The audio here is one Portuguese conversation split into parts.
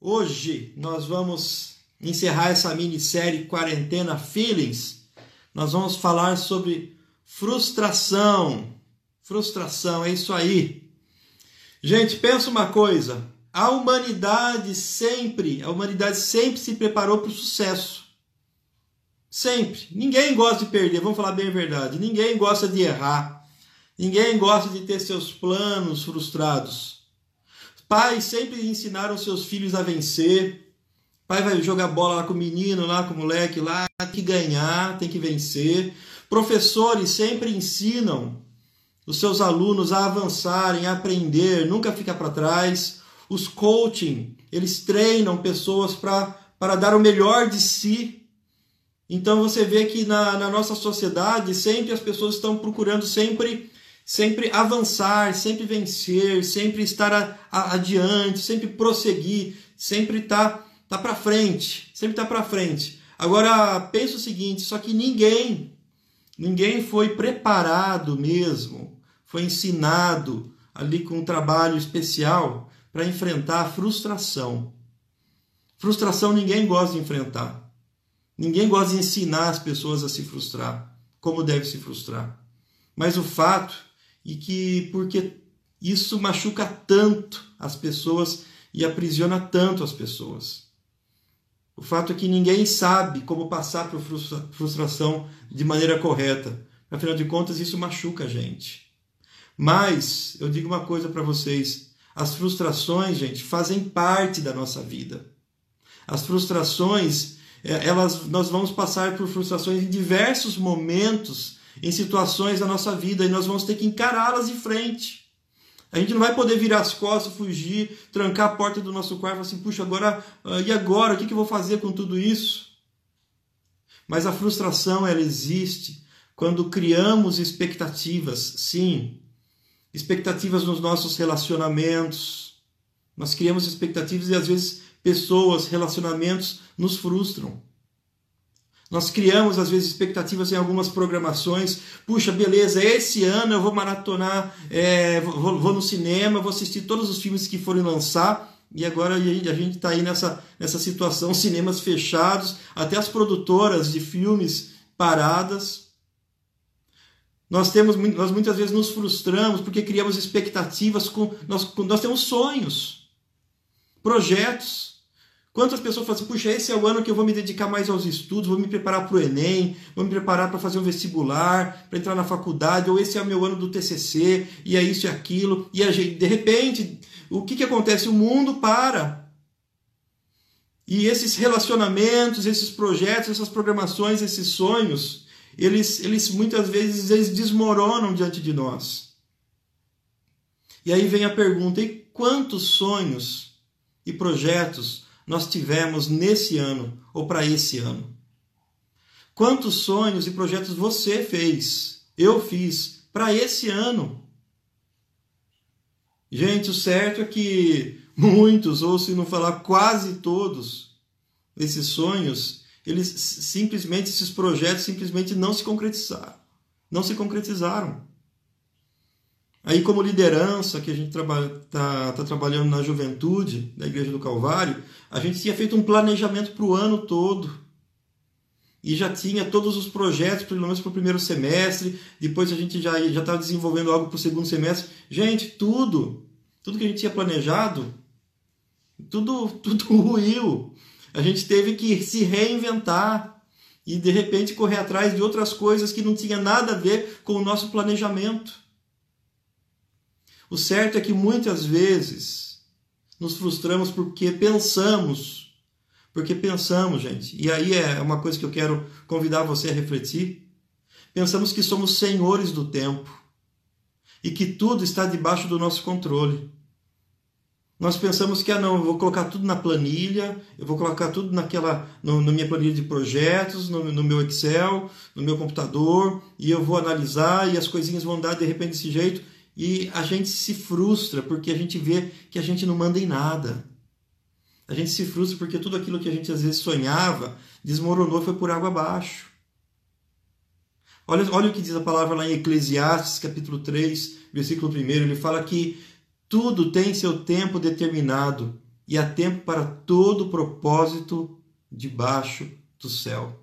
Hoje nós vamos encerrar essa minissérie Quarentena Feelings. Nós vamos falar sobre frustração. Frustração, é isso aí. Gente, pensa uma coisa. A humanidade sempre se preparou para o sucesso. Sempre. Ninguém gosta de perder, vamos falar bem a verdade. Ninguém gosta de errar. Ninguém gosta de ter seus planos frustrados. Pais sempre ensinaram seus filhos a vencer. Pai vai jogar bola lá com o menino, lá com o moleque, lá tem que ganhar, tem que vencer. Professores sempre ensinam os seus alunos a avançarem, a aprender, nunca ficar para trás. Os coaching, eles treinam pessoas para dar o melhor de si. Então você vê que na nossa sociedade sempre as pessoas estão procurando sempre avançar, sempre vencer, sempre estar adiante, sempre prosseguir, sempre tá para frente, sempre tá para frente. Agora pensa o seguinte, só que ninguém foi preparado mesmo, foi ensinado ali com um trabalho especial para enfrentar a frustração. Frustração ninguém gosta de enfrentar. Ninguém gosta de ensinar as pessoas a se frustrar, como deve se frustrar. Mas o fato é que porque isso machuca tanto as pessoas e aprisiona tanto as pessoas. O fato é que ninguém sabe como passar por frustração de maneira correta. Afinal de contas, isso machuca a gente. Mas eu digo uma coisa para vocês. As frustrações, gente, fazem parte da nossa vida. As frustrações, nós vamos passar por frustrações em diversos momentos, em situações da nossa vida, e nós vamos ter que encará-las de frente. A gente não vai poder virar as costas, fugir, trancar a porta do nosso quarto e falar assim, puxa, e agora? O que eu vou fazer com tudo isso? Mas a frustração, ela existe quando criamos expectativas, sim, expectativas nos nossos relacionamentos. Nós criamos expectativas e às vezes pessoas, relacionamentos nos frustram. Nós criamos, às vezes, expectativas em algumas programações. Puxa, beleza, esse ano eu vou maratonar, vou no cinema, vou assistir todos os filmes que forem lançar. E agora a gente está aí nessa situação, cinemas fechados, até as produtoras de filmes paradas. Nós muitas vezes nos frustramos porque criamos expectativas, nós temos sonhos, projetos. Quantas pessoas falam assim, puxa, esse é o ano que eu vou me dedicar mais aos estudos, vou me preparar para o Enem, vou me preparar para fazer um vestibular, para entrar na faculdade, ou esse é o meu ano do TCC, e é isso e aquilo. E de repente, o que acontece? O mundo para. E esses relacionamentos, esses projetos, essas programações, esses sonhos, eles muitas vezes desmoronam diante de nós. E aí vem a pergunta, e quantos sonhos e projetos nós tivemos nesse ano ou para esse ano? Quantos sonhos e projetos você fez, eu fiz, para esse ano? Gente, o certo é que muitos, ou se não falar quase todos, esses sonhos, esses projetos simplesmente não se concretizaram. Não se concretizaram. Aí, como liderança, que a gente tá trabalhando na juventude da Igreja do Calvário, a gente tinha feito um planejamento para o ano todo. E já tinha todos os projetos, pelo menos para o primeiro semestre. Depois a gente já estava desenvolvendo algo para o segundo semestre. Gente, tudo que a gente tinha planejado, tudo ruiu. A gente teve que se reinventar e, de repente, correr atrás de outras coisas que não tinha nada a ver com o nosso planejamento. O certo é que muitas vezes nos frustramos porque pensamos, gente. E aí é uma coisa que eu quero convidar você a refletir. Pensamos que somos senhores do tempo e que tudo está debaixo do nosso controle. Nós pensamos que, eu vou colocar tudo na planilha, eu vou colocar tudo na minha planilha de projetos, no meu Excel, no meu computador, e eu vou analisar e as coisinhas vão dar de repente desse jeito. E a gente se frustra porque a gente vê que a gente não manda em nada. A gente se frustra porque tudo aquilo que a gente às vezes sonhava desmoronou e foi por água abaixo. Olha o que diz a palavra lá em Eclesiastes, capítulo 3, versículo 1. Ele fala que tudo tem seu tempo determinado e há tempo para todo propósito debaixo do céu.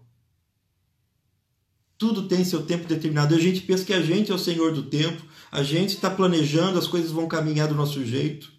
Tudo tem seu tempo determinado. A gente pensa que a gente é o Senhor do tempo, a gente está planejando, as coisas vão caminhar do nosso jeito.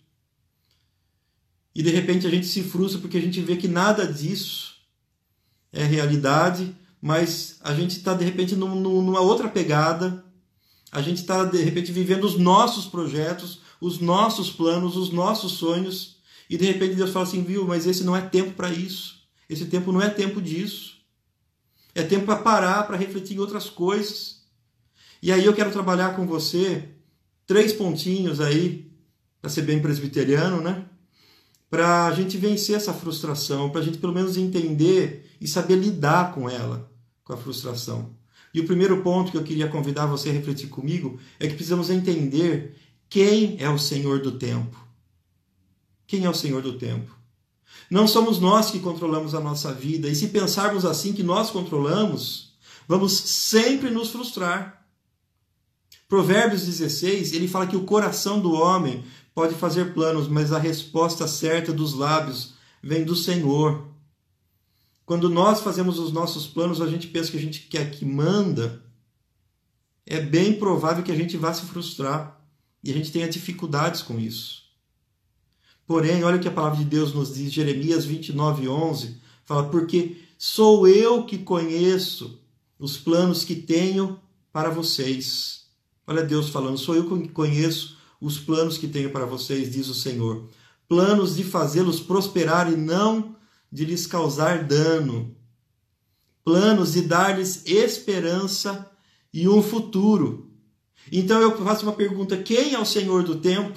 E de repente a gente se frustra porque a gente vê que nada disso é realidade, mas a gente está de repente numa outra pegada, a gente está de repente vivendo os nossos projetos, os nossos planos, os nossos sonhos, e de repente Deus fala assim, viu, mas esse não é tempo para isso, esse tempo não é tempo disso, é tempo para parar, para refletir em outras coisas. E aí eu quero trabalhar com você 3 pontinhos aí, para ser bem presbiteriano, né? Para a gente vencer essa frustração, para a gente pelo menos entender e saber lidar com ela, com a frustração. E o primeiro ponto que eu queria convidar você a refletir comigo é que precisamos entender quem é o Senhor do tempo. Quem é o Senhor do tempo? Não somos nós que controlamos a nossa vida, e se pensarmos assim que nós controlamos, vamos sempre nos frustrar. Provérbios 16, ele fala que o coração do homem pode fazer planos, mas a resposta certa dos lábios vem do Senhor. Quando nós fazemos os nossos planos, a gente pensa que a gente quer que manda, é bem provável que a gente vá se frustrar e a gente tenha dificuldades com isso. Porém, olha o que a palavra de Deus nos diz, Jeremias 29:11, fala, porque sou eu que conheço os planos que tenho para vocês. Olha Deus falando, sou eu que conheço os planos que tenho para vocês, diz o Senhor. Planos de fazê-los prosperar e não de lhes causar dano. Planos de dar-lhes esperança e um futuro. Então eu faço uma pergunta, quem é o Senhor do tempo?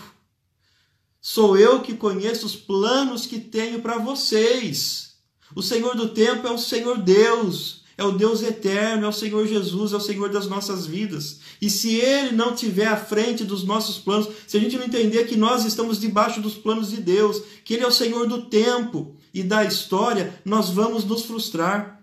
Sou eu que conheço os planos que tenho para vocês. O Senhor do tempo é o Senhor Deus, é o Deus eterno, é o Senhor Jesus, é o Senhor das nossas vidas. E se Ele não estiver à frente dos nossos planos, se a gente não entender que nós estamos debaixo dos planos de Deus, que Ele é o Senhor do tempo e da história, nós vamos nos frustrar.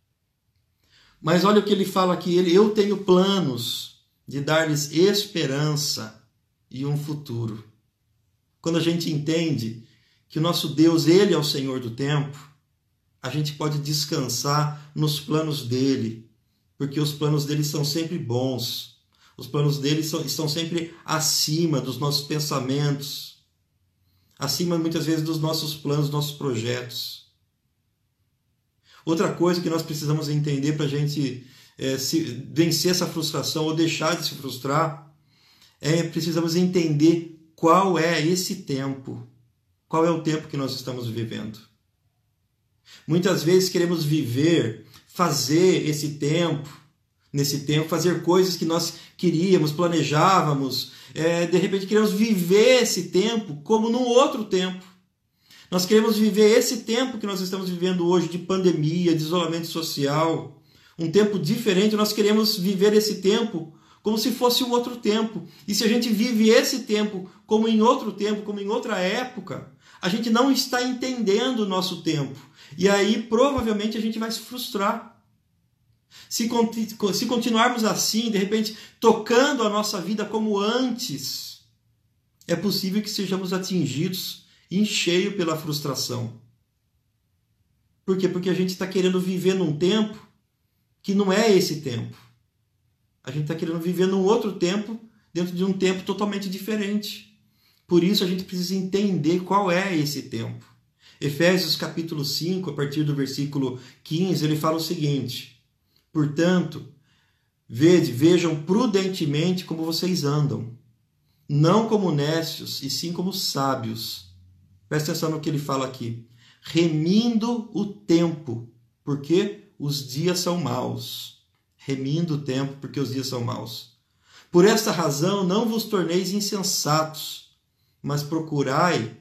Mas olha o que Ele fala aqui, eu tenho planos de dar-lhes esperança e um futuro. Quando a gente entende que o nosso Deus, Ele é o Senhor do tempo, a gente pode descansar nos planos dEle, porque os planos dEle são sempre bons. Os planos dEle estão sempre acima dos nossos pensamentos, acima muitas vezes dos nossos planos, dos nossos projetos. Outra coisa que nós precisamos entender para a gente vencer essa frustração ou deixar de se frustrar, precisamos entender qual é esse tempo? Qual é o tempo que nós estamos vivendo? Muitas vezes queremos viver, fazer esse tempo, nesse tempo, fazer coisas que nós queríamos, planejávamos. De repente queremos viver esse tempo como num outro tempo. Nós queremos viver esse tempo que nós estamos vivendo hoje de pandemia, de isolamento social. Um tempo diferente, nós queremos viver esse tempo como se fosse um outro tempo. E se a gente vive esse tempo como em outro tempo, como em outra época, a gente não está entendendo o nosso tempo. E aí, provavelmente, a gente vai se frustrar. Se continuarmos assim, de repente, tocando a nossa vida como antes, é possível que sejamos atingidos em cheio pela frustração. Por quê? Porque a gente está querendo viver num tempo que não é esse tempo. A gente está querendo viver num outro tempo, dentro de um tempo totalmente diferente. Por isso a gente precisa entender qual é esse tempo. Efésios capítulo 5, a partir do versículo 15, ele fala o seguinte: portanto, vejam prudentemente como vocês andam, não como necios, e sim como sábios. Presta atenção no que ele fala aqui. Remindo o tempo, porque os dias são maus. Remindo o tempo, porque os dias são maus. Por esta razão, não vos torneis insensatos, mas procurai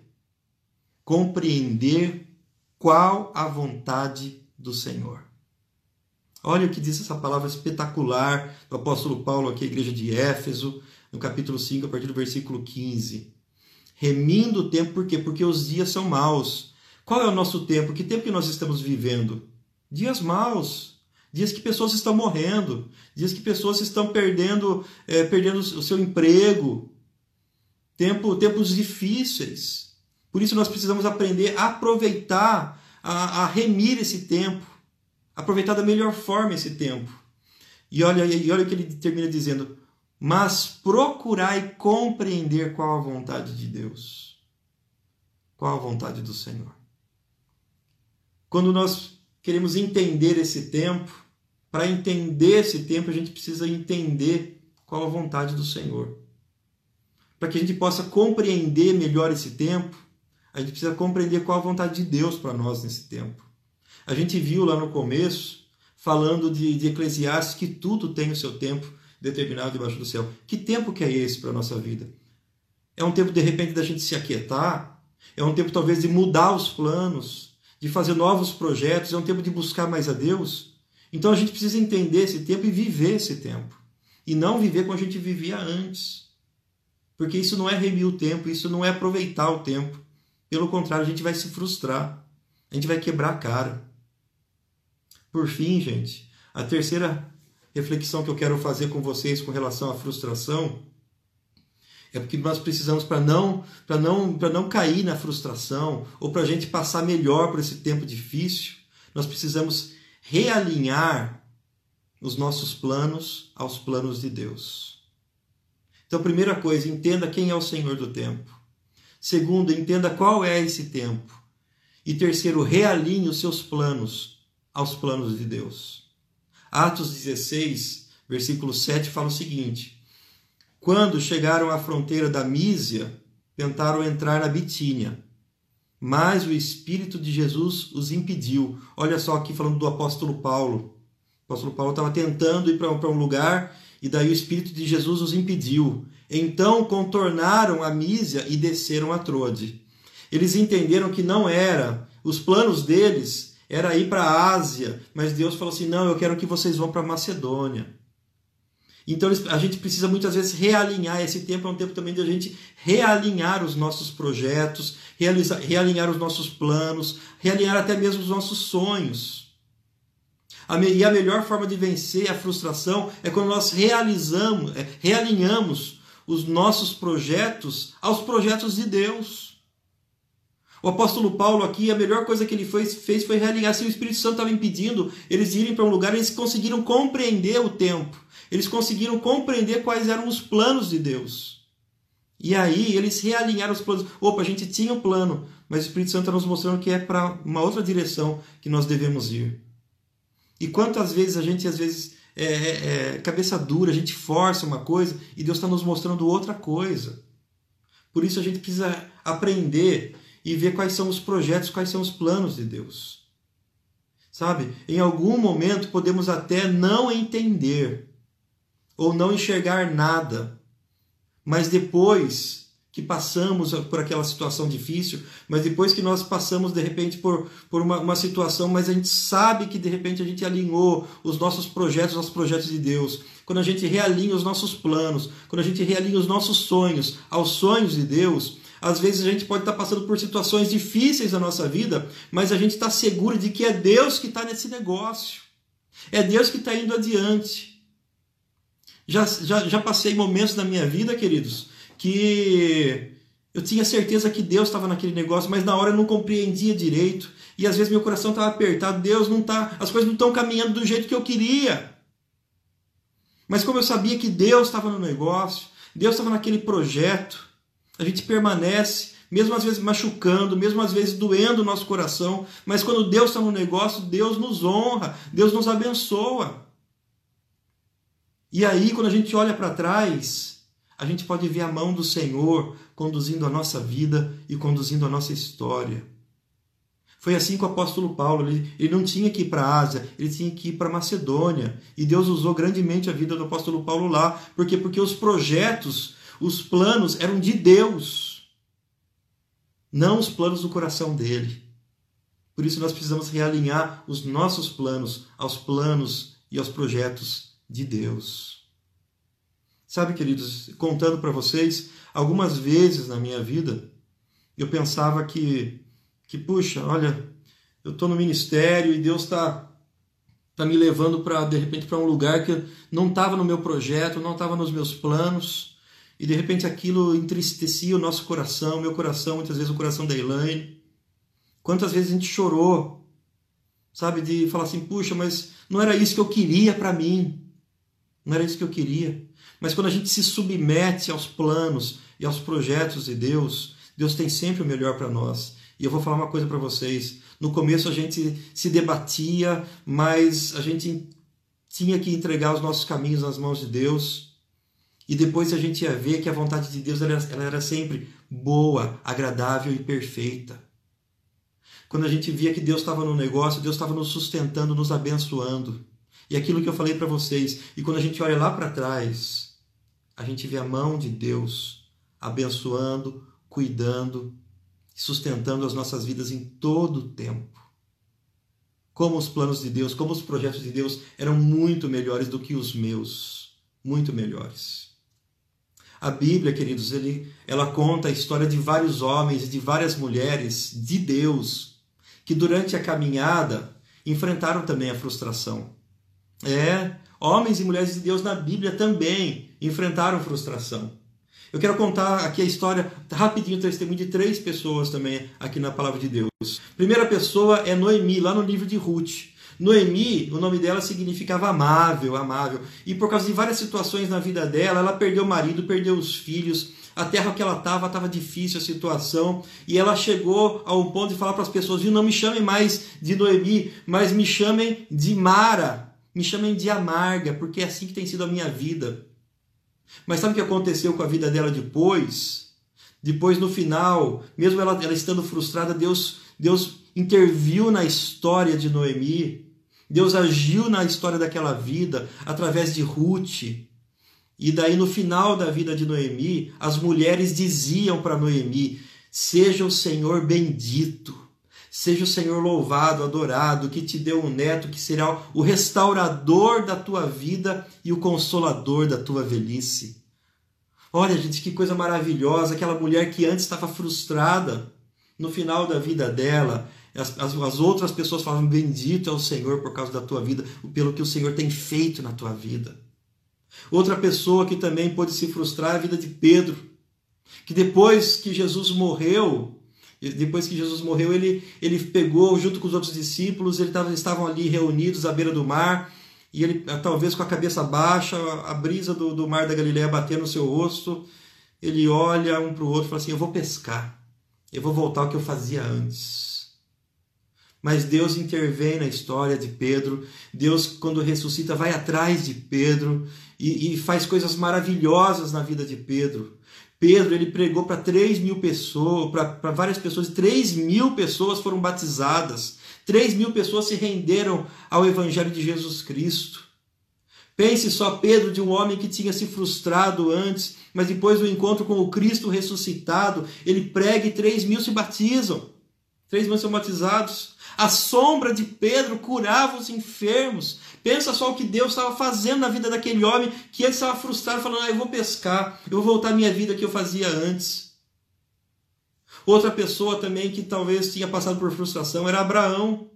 compreender qual a vontade do Senhor. Olha o que diz essa palavra espetacular do apóstolo Paulo aqui, à igreja de Éfeso, no capítulo 5, a partir do versículo 15. Remindo o tempo, por quê? Porque os dias são maus. Qual é o nosso tempo? Que tempo que nós estamos vivendo? Dias maus. Dias que pessoas estão morrendo, dias que pessoas estão perdendo o seu emprego, tempos difíceis. Por isso nós precisamos aprender a aproveitar, a remir esse tempo, aproveitar da melhor forma esse tempo. E olha o que ele termina dizendo: mas procurai compreender qual a vontade de Deus, qual a vontade do Senhor. Quando nós queremos entender esse tempo, para entender esse tempo a gente precisa entender qual a vontade do Senhor. Para que a gente possa compreender melhor esse tempo, a gente precisa compreender qual a vontade de Deus para nós nesse tempo. A gente viu lá no começo, falando de Eclesiastes, que tudo tem o seu tempo determinado debaixo do céu. Que tempo que é esse para a nossa vida? É um tempo, de repente, da gente se aquietar? É um tempo, talvez, de mudar os planos, de fazer novos projetos? É um tempo de buscar mais a Deus? Então a gente precisa entender esse tempo e viver esse tempo. E não viver como a gente vivia antes. Porque isso não é remir o tempo, isso não é aproveitar o tempo. Pelo contrário, a gente vai se frustrar. A gente vai quebrar a cara. Por fim, gente, a terceira reflexão que eu quero fazer com vocês com relação à frustração é porque nós precisamos, para não cair na frustração ou para a gente passar melhor por esse tempo difícil, nós precisamos realinhar os nossos planos aos planos de Deus. Então, primeira coisa, entenda quem é o Senhor do tempo. Segundo, entenda qual é esse tempo. E terceiro, realinhe os seus planos aos planos de Deus. Atos 16, versículo 7, fala o seguinte: quando chegaram à fronteira da Mísia, tentaram entrar na Bitínia, mas o Espírito de Jesus os impediu. Olha só aqui falando do apóstolo Paulo. O apóstolo Paulo estava tentando ir para um lugar e daí o Espírito de Jesus os impediu. Então contornaram a Mísia e desceram a Troade. Eles entenderam que não era, os planos deles era ir para a Ásia, mas Deus falou assim: não, eu quero que vocês vão para a Macedônia. Então a gente precisa muitas vezes realinhar. Esse tempo é um tempo também de a gente realinhar os nossos projetos, realinhar os nossos planos, realinhar até mesmo os nossos sonhos. E a melhor forma de vencer a frustração é quando nós realinhamos os nossos projetos aos projetos de Deus. O apóstolo Paulo aqui, a melhor coisa que ele fez foi realinhar. Se o Espírito Santo estava impedindo eles irem para um lugar, eles conseguiram compreender o tempo. Eles conseguiram compreender quais eram os planos de Deus. E aí eles realinharam os planos. Opa, a gente tinha um plano, mas o Espírito Santo está nos mostrando que é para uma outra direção que nós devemos ir. E quantas vezes a gente, cabeça dura, a gente força uma coisa e Deus está nos mostrando outra coisa. Por isso a gente precisa aprender e ver quais são os projetos, quais são os planos de Deus. Sabe? Em algum momento podemos até não entender ou não enxergar nada, mas depois que passamos por aquela situação difícil, mas depois que nós passamos de repente por uma situação, mas a gente sabe que de repente a gente alinhou os nossos projetos aos projetos de Deus, quando a gente realinha os nossos planos, quando a gente realinha os nossos sonhos aos sonhos de Deus, às vezes a gente pode estar passando por situações difíceis na nossa vida, mas a gente está seguro de que é Deus que está nesse negócio, é Deus que está indo adiante. Já passei momentos na minha vida, queridos, que eu tinha certeza que Deus estava naquele negócio, mas na hora eu não compreendia direito, e às vezes meu coração estava apertado, Deus não está, as coisas não estão caminhando do jeito que eu queria. Mas como eu sabia que Deus estava no negócio, Deus estava naquele projeto, a gente permanece, mesmo às vezes machucando, mesmo às vezes doendo o nosso coração, mas quando Deus está no negócio, Deus nos honra, Deus nos abençoa. E aí, quando a gente olha para trás, a gente pode ver a mão do Senhor conduzindo a nossa vida e conduzindo a nossa história. Foi assim com o apóstolo Paulo. Ele não tinha que ir para a Ásia, ele tinha que ir para a Macedônia. E Deus usou grandemente a vida do apóstolo Paulo lá. Por quê? Porque os projetos, os planos eram de Deus, não os planos do coração dele. Por isso nós precisamos realinhar os nossos planos aos planos e aos projetos de Deus. Sabe, queridos, contando para vocês, algumas vezes na minha vida, eu pensava que puxa, olha, eu estou no ministério e Deus está me levando de repente para um lugar que não estava no meu projeto, não estava nos meus planos, e de repente aquilo entristecia o nosso coração, meu coração, muitas vezes o coração da Elaine. Quantas vezes a gente chorou, sabe, de falar assim, puxa, mas não era isso que eu queria para mim, não era isso que eu queria. Mas quando a gente se submete aos planos e aos projetos de Deus, Deus tem sempre o melhor para nós. E eu vou falar uma coisa para vocês, no começo a gente se debatia, mas a gente tinha que entregar os nossos caminhos nas mãos de Deus, e depois a gente ia ver que a vontade de Deus ela era sempre boa, agradável e perfeita. Quando a gente via que Deus estava no negócio, Deus estava nos sustentando, nos abençoando. E aquilo que eu falei para vocês, e quando a gente olha lá para trás, a gente vê a mão de Deus abençoando, cuidando, sustentando as nossas vidas em todo o tempo. Como os planos de Deus, como os projetos de Deus eram muito melhores do que os meus. Muito melhores. A Bíblia, queridos, ela conta a história de vários homens e de várias mulheres de Deus que durante a caminhada enfrentaram também a frustração. Homens e mulheres de Deus na Bíblia também enfrentaram frustração. Eu quero contar aqui a história, rapidinho, o testemunho de 3 pessoas também aqui na Palavra de Deus. Primeira pessoa é Noemi, lá no livro de Ruth. Noemi, o nome dela significava amável, amável. E por causa de várias situações na vida dela, ela perdeu o marido, perdeu os filhos. A terra que ela estava difícil a situação. E ela chegou ao ponto de falar para as pessoas, viu, não me chamem mais de Noemi, mas me chamem de Mara. Me chamem de amarga, porque é assim que tem sido a minha vida. Mas sabe o que aconteceu com a vida dela depois? Depois, no final, mesmo ela estando frustrada, Deus interviu na história de Noemi. Deus agiu na história daquela vida através de Ruth. E daí, no final da vida de Noemi, as mulheres diziam para Noemi, seja o Senhor bendito, seja o Senhor louvado, adorado, que te deu um neto, que será o restaurador da tua vida e o consolador da tua velhice. Olha, gente, que coisa maravilhosa, aquela mulher que antes estava frustrada, no final da vida dela, as outras pessoas falavam, bendito é o Senhor por causa da tua vida, pelo que o Senhor tem feito na tua vida. Outra pessoa que também pôde se frustrar é a vida de Pedro, que depois que Jesus morreu, ele pegou junto com os outros discípulos, estavam ali reunidos à beira do mar, e ele, talvez com a cabeça baixa, a brisa do mar da Galileia batendo no seu rosto, ele olha um para o outro e fala assim, eu vou pescar, eu vou voltar ao que eu fazia antes. Mas Deus intervém na história de Pedro, Deus, quando ressuscita, vai atrás de Pedro e faz coisas maravilhosas na vida de Pedro. Pedro, ele pregou para 3.000 pessoas, para várias pessoas, 3.000 pessoas foram batizadas, 3.000 pessoas se renderam ao Evangelho de Jesus Cristo. Pense só, Pedro, de um homem que tinha se frustrado antes, mas depois do encontro com o Cristo ressuscitado, ele prega e 3.000 se batizam, 3.000 são batizados. A sombra de Pedro curava os enfermos. Pensa só o que Deus estava fazendo na vida daquele homem que antes estava frustrado, falando, eu vou pescar, eu vou voltar à minha vida que eu fazia antes. Outra pessoa também que talvez tinha passado por frustração era Abraão.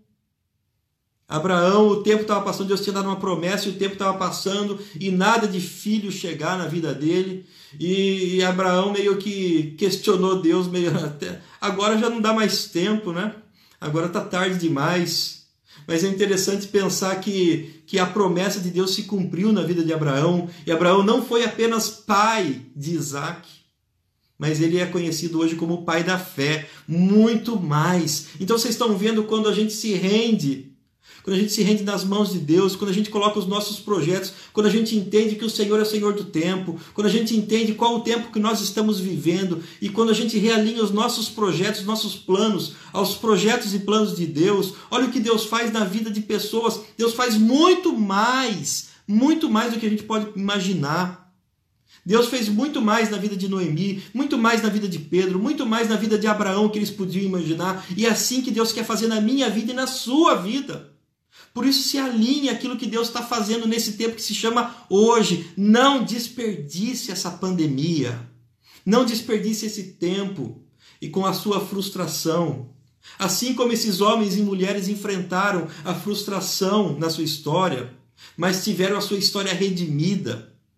Abraão, o tempo estava passando, Deus tinha dado uma promessa e o tempo estava passando e nada de filho chegar na vida dele. E Abraão meio que questionou Deus, agora já não dá mais tempo, né? Agora está tarde demais. Mas é interessante pensar que a promessa de Deus se cumpriu na vida de Abraão. E Abraão não foi apenas pai de Isaac, mas ele é conhecido hoje como pai da fé. Muito mais. Então vocês estão vendo quando a gente se rende. Quando a gente se rende nas mãos de Deus, quando a gente coloca os nossos projetos, quando a gente entende que o Senhor é o Senhor do tempo, quando a gente entende qual o tempo que nós estamos vivendo e quando a gente realinha os nossos projetos, nossos planos, aos projetos e planos de Deus, olha o que Deus faz na vida de pessoas. Deus faz muito mais do que a gente pode imaginar. Deus fez muito mais na vida de Noemi, muito mais na vida de Pedro, muito mais na vida de Abraão que eles podiam imaginar. E é assim que Deus quer fazer na minha vida e na sua vida. Por isso se alinhe àquilo que Deus está fazendo nesse tempo que se chama hoje. Não desperdice essa pandemia. Não desperdice esse tempo e com a sua frustração. Assim como esses homens e mulheres enfrentaram a frustração na sua história, mas tiveram a sua história redimida.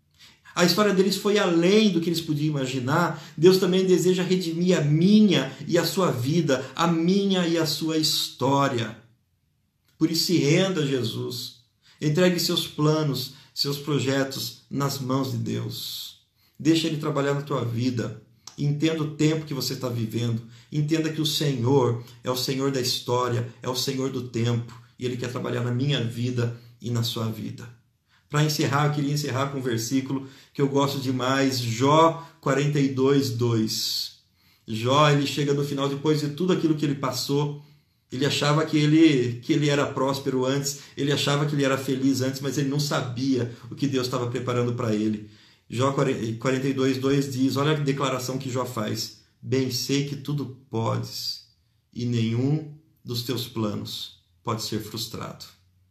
A história deles foi além do que eles podiam imaginar. Deus também deseja redimir a minha e a sua vida, a minha e a sua história. Por isso, se renda a Jesus. Entregue seus planos, seus projetos nas mãos de Deus. Deixa Ele trabalhar na tua vida. Entenda o tempo que você está vivendo. Entenda que o Senhor é o Senhor da história, é o Senhor do tempo. E Ele quer trabalhar na minha vida e na sua vida. Para encerrar, eu queria encerrar com um versículo que eu gosto demais, Jó 42, 2. Jó, ele chega no final, depois de tudo aquilo que ele passou, ele achava que ele era próspero antes, ele achava que ele era feliz antes, mas ele não sabia o que Deus estava preparando para ele. Jó 42, 2 diz, olha a declaração que Jó faz. Bem sei que tudo podes, e nenhum dos teus planos pode ser frustrado.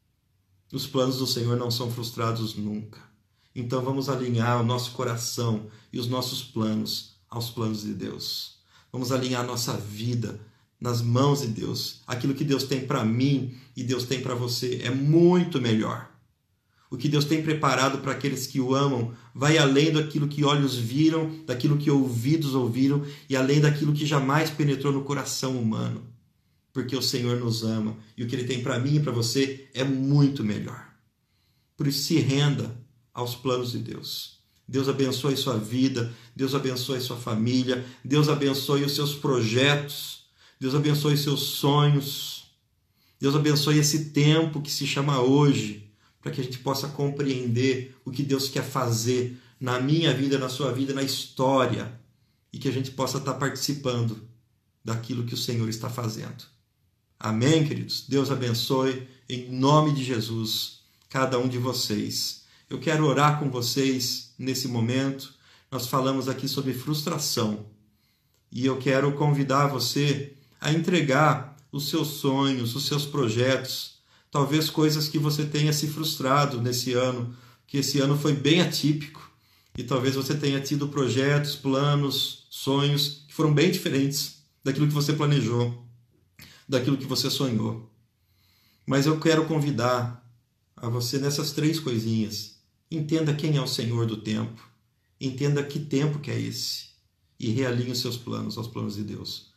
Os planos do Senhor não são frustrados nunca. Então vamos alinhar o nosso coração e os nossos planos aos planos de Deus. Vamos alinhar a nossa vida nas mãos de Deus. Aquilo que Deus tem para mim e Deus tem para você é muito melhor. O que Deus tem preparado para aqueles que o amam vai além daquilo que olhos viram, daquilo que ouvidos ouviram e além daquilo que jamais penetrou no coração humano. Porque o Senhor nos ama e o que Ele tem para mim e para você é muito melhor. Por isso, se renda aos planos de Deus. Deus abençoe sua vida, Deus abençoe sua família, Deus abençoe os seus projetos, Deus abençoe seus sonhos, Deus abençoe esse tempo que se chama hoje, para que a gente possa compreender o que Deus quer fazer na minha vida, na sua vida, na história, e que a gente possa estar participando daquilo que o Senhor está fazendo. Amém, queridos? Deus abençoe, em nome de Jesus, cada um de vocês. Eu quero orar com vocês nesse momento. Nós falamos aqui sobre frustração. E eu quero convidar você a entregar os seus sonhos, os seus projetos, talvez coisas que você tenha se frustrado nesse ano, que esse ano foi bem atípico, e talvez você tenha tido projetos, planos, sonhos que foram bem diferentes daquilo que você planejou, daquilo que você sonhou. Mas eu quero convidar a você nessas 3 coisinhas. Entenda quem é o Senhor do tempo. Entenda que tempo que é esse. E realinhe os seus planos aos planos de Deus.